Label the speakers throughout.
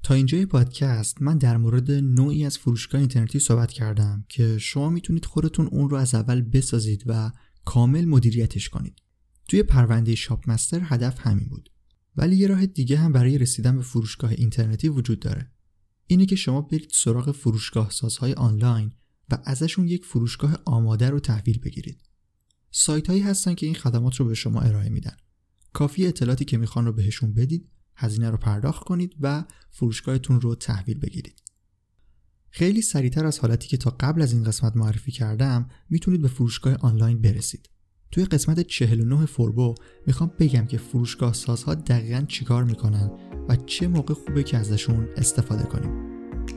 Speaker 1: تا اینجای پادکست من در مورد نوعی از فروشگاه اینترنتی صحبت کردم که شما میتونید خودتون اون رو از اول بسازید و کامل مدیریتش کنید. توی پرونده شاپ مستر هدف همین بود. ولی یه راه دیگه هم برای رسیدن به فروشگاه اینترنتی وجود داره. اینه که شما برید سراغ فروشگاه سازهای آنلاین و ازشون یک فروشگاه آماده رو تحویل بگیرید. سایت‌هایی هستن که این خدمات رو به شما ارائه میدن. کافی اطلاعاتی که میخوان رو بهشون بدید، هزینه رو پرداخت کنید و فروشگاهتون رو تحویل بگیرید. خیلی سریعتر از حالتی که تا قبل از این قسمت معرفی کردم میتونید به فروشگاه آنلاین برسید. توی قسمت 49 فوربو میخوام بگم که فروشگاه سازها دقیقاً چیکار میکنن و چه موقع خوبه که ازشون استفاده کنیم.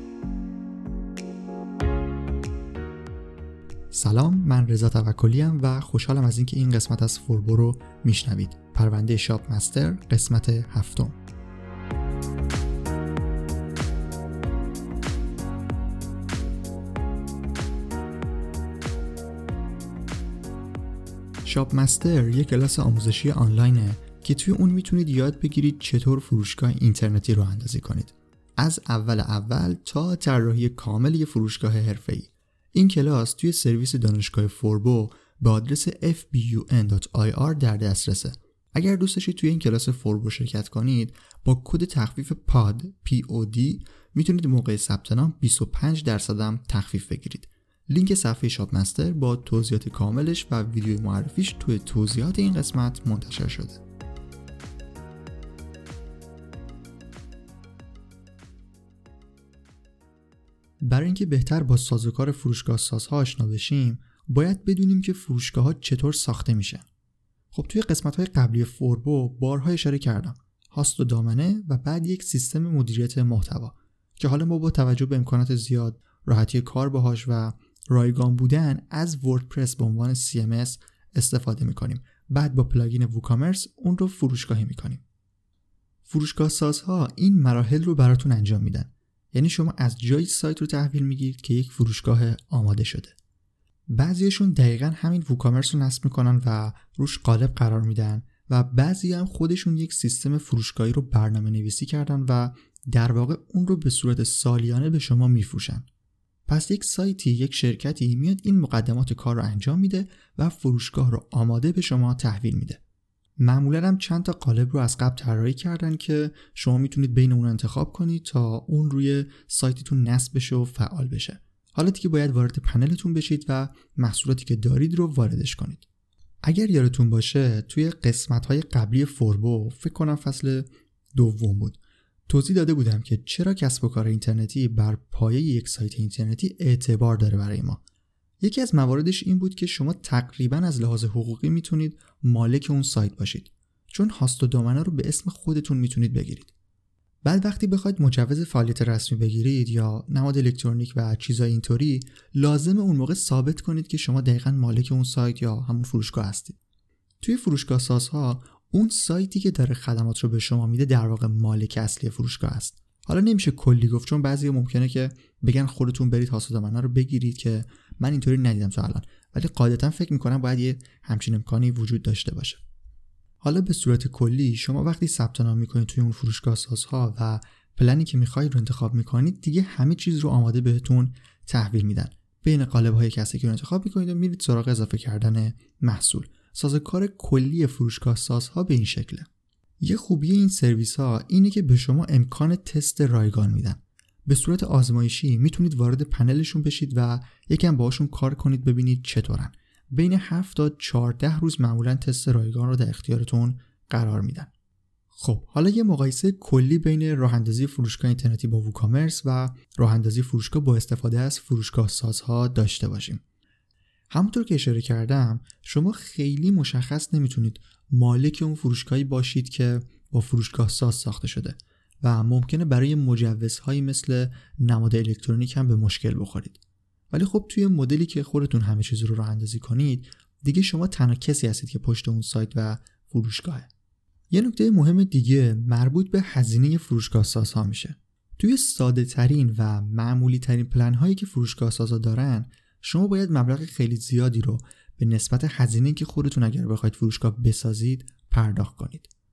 Speaker 1: سلام، من رضا توکلی‌ام و خوشحالم از اینکه این قسمت از فوربو رو میشنوید. پرونده شاپ مستر قسمت 7. شاپ مستر یک کلاس آموزشی آنلاینه که توی اون میتونید یاد بگیرید چطور فروشگاه اینترنتی رو اندازی کنید. از اول تا طراحی کامل یک فروشگاه حرفه‌ای. این کلاس توی سرویس دانشگاه فوربو به آدرس fbun.ir در دسترسه. اگر دوست داشتید توی این کلاس فوربو شرکت کنید، با کد تخفیف POD میتونید موقع ثبت نام 25% هم تخفیف بگیرید. لینک صفحه شاپ مستر با توضیحات کاملش و ویدیوی معرفیش توی توضیحات این قسمت منتشر شده. برای اینکه بهتر با سازوکار فروشگاه سازها آشنا بشیم، باید بدونیم که فروشگاه‌ها چطور ساخته میشن. خب توی قسمت‌های قبلی فوربو بارها اشاره کردم. هاست و دامنه و بعد یک سیستم مدیریت محتوا که حالا ما با توجه به امکانات زیاد، راحتی کار باهاش و رایگان بودن از وردپرس به عنوان CMS استفاده میکنیم. بعد با پلاگین ووکامرس اون رو فروشگاهی میکنیم. فروشگاه سازها این مراحل رو براتون انجام میدن. یعنی شما از جای سایت رو تحویل میگیرید که یک فروشگاه آماده شده. بعضیشون دقیقاً همین ووکامرس رو نصب میکنن و روش قالب قرار میدن و بعضی هم خودشون یک سیستم فروشگاهی رو برنامه نویسی کردن و در واقع اون رو به صورت سالیانه به شما میفروشن. پس یک سایتی، یک شرکتی میاد این مقدمات کار رو انجام میده و فروشگاه رو آماده به شما تحویل میده. معمولا هم چند تا قالب رو از قبل طراحی کردن که شما میتونید بین اون انتخاب کنید تا اون روی سایتتون نصب بشه و فعال بشه. حالا دیگه باید وارد پنلتون بشید و محصولاتی که دارید رو واردش کنید. اگر یادتون باشه توی قسمت‌های قبلی فوربو، فکر کنم فصل 2 بود، توضیح داده بودم که چرا کسب و کار اینترنتی بر پایه یک سایت اینترنتی اعتبار داره برای ما. یکی از مواردش این بود که شما تقریباً از لحاظ حقوقی میتونید مالک اون سایت باشید، چون هاست و دامنه رو به اسم خودتون میتونید بگیرید. بعد وقتی بخواید مجوز فعالیت رسمی بگیرید یا نماد الکترونیک و چیزای اینطوری، لازمه اون موقع ثابت کنید که شما دقیقاً مالک اون سایت یا همون فروشگاه هستید. توی فروشگاه سازها اون سایتی که داره خدمات رو به شما میده در واقع مالک اصلی فروشگاه است. حالا نمیشه کلی گفت، چون بعضی ممکنه که بگن خودتون برید هاست و دامنه رو بگیرید که من اینطوری ندیدم تا الان، ولی قاعدتا فکر میکنم باید یه همچین امکانی وجود داشته باشه. حالا به صورت کلی شما وقتی ثبت نام میکنید توی اون فروشگاه سازها و پلنی که میخواید رو انتخاب میکنید، دیگه همه چیز رو آماده بهتون تحویل میدن. بین قالب‌های کسی که رو انتخاب میکنید و میرید سراغ اضافه کردن محصول. سازوکار کلی فروشگاه سازها به این شکله. یه خوبی این سرویس ها اینه که به شما امکان تست رایگان میدن. به صورت آزمایشی میتونید وارد پنلشون بشید و یکم باهاشون کار کنید ببینید چطورن. بین 7 تا 14 روز معمولا تست رایگان رو در اختیارتون قرار میدن. خب حالا یه مقایسه کلی بین راه اندازی فروشگاه اینترنتی با ووکامرس و راه اندازی فروشگاه با استفاده از فروشگاه سازها داشته باشیم. همونطور که اشاره کردم، شما خیلی مشخص نمیتونید مالک اون فروشگاهی باشید که با فروشگاه ساز ساخته شده و ممکنه برای مجوزهایی مثل نماد الکترونیک هم به مشکل بخورید. ولی خب توی مدلی که خودتون همه چیز رو راه اندازی کنید، دیگه شما تنها کسی هستید که پشت اون سایت و فروشگاهه. یه نکته مهم دیگه مربوط به هزینه فروشگاه سازها میشه. توی ساده ترین و معمولی ترین پلن هایی که فروشگاه سازها دارن، شما باید مبلغ خیلی زیادی رو به نسبت هزینه‌ای که خودتون اگر بخواید فروشگاه بسازید پرداخت کنید.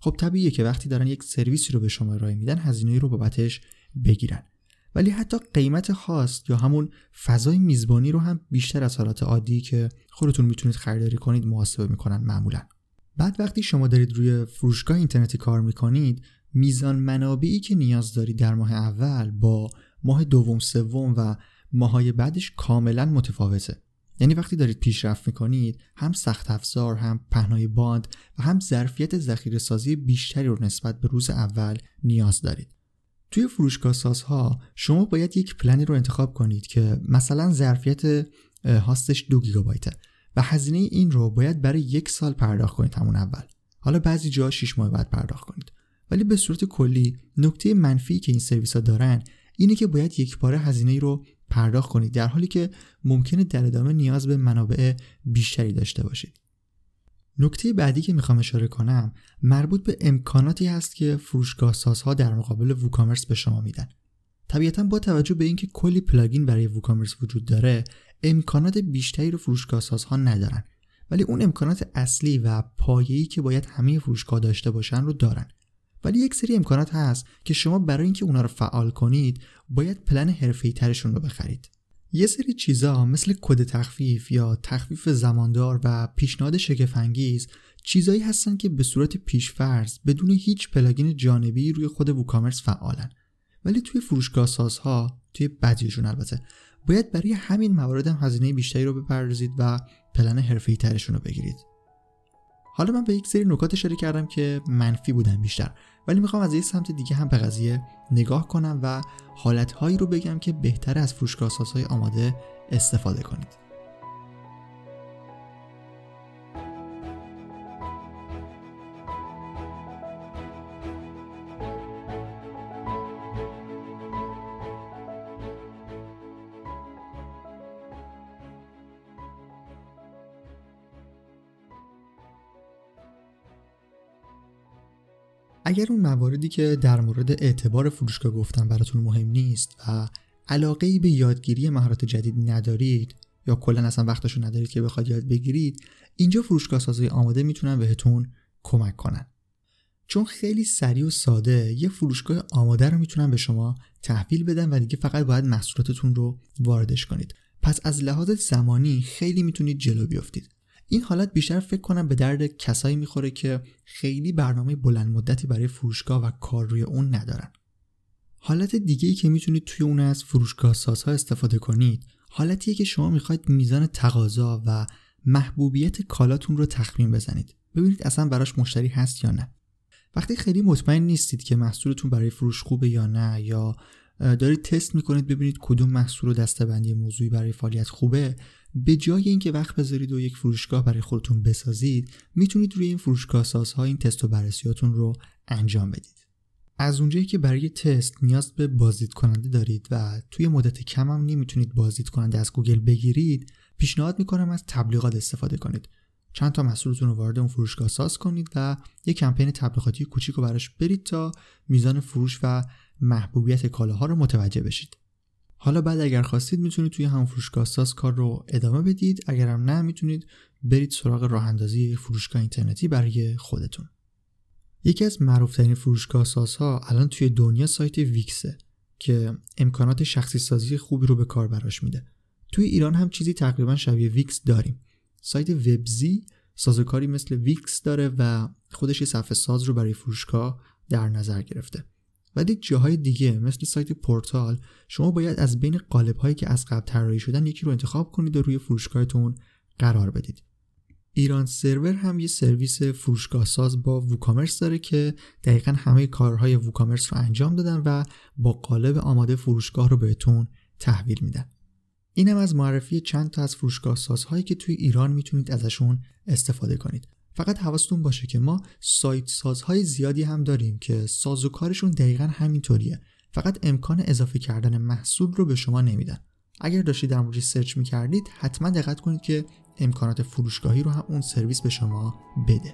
Speaker 1: خب طبیعیه که وقتی دارن یک سرویسی رو به شما ارائه میدن هزینه‌ای رو بابتش بگیرن. ولی حتی قیمت خاص یا همون فضای میزبانی رو هم بیشتر از حالات عادی که خودتون میتونید خریداری کنید محاسبه میکنن معمولا. بعد وقتی شما دارید روی فروشگاه اینترنتی کار میکنید، میزان منابعی که نیاز دارید در ماه اول با ماه دوم سوم و ماهای بعدش کاملا متفاوته. یعنی وقتی دارید پیشرفت میکنید هم سخت افزار، هم پهنای باند و هم ظرفیت ذخیره سازی بیشتری رو نسبت به روز اول نیاز دارید. توی فروشگاه سازها شما باید یک پلنی رو انتخاب کنید که مثلا ظرفیت هاستش 2 گیگابایته و هزینه این رو باید برای 1 سال پرداخت کنید همون اول. حالا بعضی جاها 6 ماه بعد پرداخت کنید. ولی به صورت کلی نکته منفی که این سرویس‌ها دارن اینه که باید یک باره هزینه رو پرداخت کنید، در حالی که ممکنه در ادامه نیاز به منابع بیشتری داشته باشید. نکته بعدی که میخوام اشاره کنم مربوط به امکاناتی هست که فروشگاه سازها در مقابل ووکامرس به شما میدن. طبیعتاً با توجه به اینکه کلی پلاگین برای ووکامرس وجود داره، امکانات بیشتری رو فروشگاه سازها ندارن، ولی اون امکانات اصلی و پایه‌ای که باید همه فروشگاه داشته باشن رو دارن. ولی یک سری امکانات هست که شما برای اینکه اونا رو فعال کنید باید پلن حرفه‌ای ترشون رو بخرید. یه سری چیزا مثل کد تخفیف یا تخفیف زماندار و پیشنهاد شگفت‌انگیز چیزایی هستن که به صورت پیش‌فرض بدون هیچ پلاگین جانبی روی خود ووکامرس فعالن. ولی توی فروشگاه سازها، توی بعضیشون البته، باید برای همین موارد هم هزینه بیشتری رو بپردازید و پلن حرفه‌ای ترشون رو بگیرید. حالا من به یک سری نکات اشاره کردم که منفی بودن بیشتر، ولی میخوام از یه سمت دیگه هم به قضیه نگاه کنم و حالتهایی رو بگم که بهتره از فروشگاه سازهای آماده استفاده کنید. اگر اون مواردی که در مورد اعتبار فروشگاه گفتم براتون مهم نیست و علاقه‌ای به یادگیری مهارت جدید ندارید یا کلا اصلا وقتشو ندارید که بخواید یاد بگیرید، اینجا فروشگاه سازهای آماده میتونن بهتون کمک کنن. چون خیلی سریع و ساده یه فروشگاه آماده رو میتونن به شما تحویل بدن و دیگه فقط باید محصولاتتون رو واردش کنید. پس از لحاظ زمانی خیلی میتونید جلو بیافتید. این حالت بیشتر فکر کنم به درد کسایی میخوره که خیلی برنامه بلند مدتی برای فروشگاه و کار روی اون ندارن. حالت دیگه‌ای که میتونید توی اون از فروشگاه سازها استفاده کنید، حالتیه که شما میخواید میزان تقاضا و محبوبیت کالاتون رو تخمین بزنید. ببینید اصلا براش مشتری هست یا نه. وقتی خیلی مطمئن نیستید که محصولتون برای فروش خوبه یا نه، یا دارید تست میکنید ببینید کدوم محصول و دسته‌بندی موضوعی برای فعالیت خوبه، به جای اینکه وقت بذارید و یک فروشگاه برای خودتون بسازید، میتونید روی این فروشگاه سازها این تست و بررسیاتون رو انجام بدید. از اونجایی که برای تست نیاز به بازدید کننده دارید و توی مدت کم هم نمیتونید بازدید کننده از گوگل بگیرید، پیشنهاد میکنم از تبلیغات استفاده کنید. چند تا محصولتون رو وارد اون فروشگاه ساز کنید و یک کمپین تبلیغاتی کوچیک رو براش برید تا میزان فروش و محبوبیت کالاها رو متوجه بشید. حالا بعد اگر خواستید میتونید توی هم فروشگاه ساز کار رو ادامه بدید، اگرم نه میتونید برید سراغ راه اندازی فروشگاه اینترنتی برای خودتون. یکی از معروف‌ترین فروشگاه سازها الان توی دنیا سایت ویکسه که امکانات شخصی سازی خوبی رو به کاربراش میده. توی ایران هم چیزی تقریبا شبیه ویکس داریم. سایت وبزی سازوکاری مثل ویکس داره و خودش یه صفحه ساز رو برای فروشگاه در نظر گرفته. ولی جاهای دیگه مثل سایت پورتال شما باید از بین قالب‌هایی که از قبل طراحی شدن یکی رو انتخاب کنید و روی فروشگاهتون قرار بدید. ایران سرور هم یه سرویس فروشگاه ساز با ووکامرس داره که دقیقاً همه کارهای ووکامرس رو انجام دادن و با قالب آماده فروشگاه رو بهتون تحویل میدن. اینم از معرفی چند تا از فروشگاه سازهایی که توی ایران میتونید ازشون استفاده کنید. فقط حواستون باشه که ما سایت سازهای زیادی هم داریم که سازوکارشون دقیقاً همینطوریه، فقط امکان اضافه کردن محصول رو به شما نمیدن. اگر داشتید در موردش سرچ میکردید حتما دقت کنید که امکانات فروشگاهی رو هم اون سرویس به شما بده.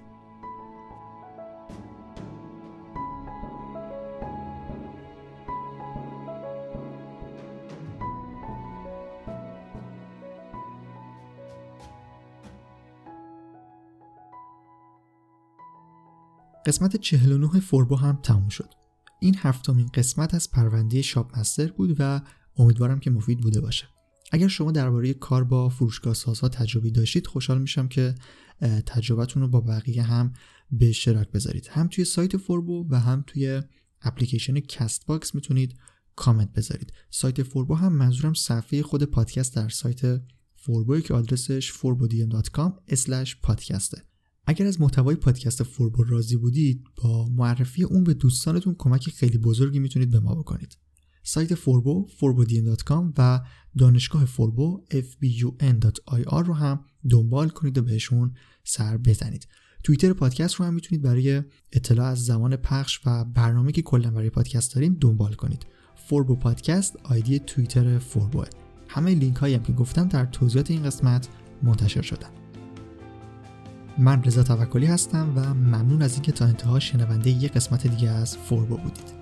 Speaker 1: قسمت 49 فوربو هم تموم شد. این 7مین قسمت از پرونده شاپ مستر بود و امیدوارم که مفید بوده باشه. اگر شما درباره کار با فروشگاه سازها تجربه داشتید، خوشحال میشم که تجربتون رو با بقیه هم به اشتراک بذارید. هم توی سایت فوربو و هم توی اپلیکیشن کست باکس میتونید کامنت بذارید. سایت فوربو هم منظورم صفحه خود پادکست در سایت فوربو که آدرسش forbodm.com/podcast. اگر از محتوای پادکست فوربو راضی بودید، با معرفی اون به دوستانتون کمک خیلی بزرگی میتونید به ما بکنید. سایت فوربو forbodm.com و دانشگاه فوربو fbun.ir رو هم دنبال کنید و بهشون سر بزنید. توییتر پادکست رو هم میتونید برای اطلاع از زمان پخش و برنامه‌ای که کلا برای پادکست داریم دنبال کنید. فوربو پادکست آیدی توییتر فوربو. همه لینک هایی هم که گفتم در توضیحات این قسمت منتشر شدن. من رضا توکلی هستم و ممنون از اینکه تا انتها شنونده یک قسمت دیگه از فوربو بودید.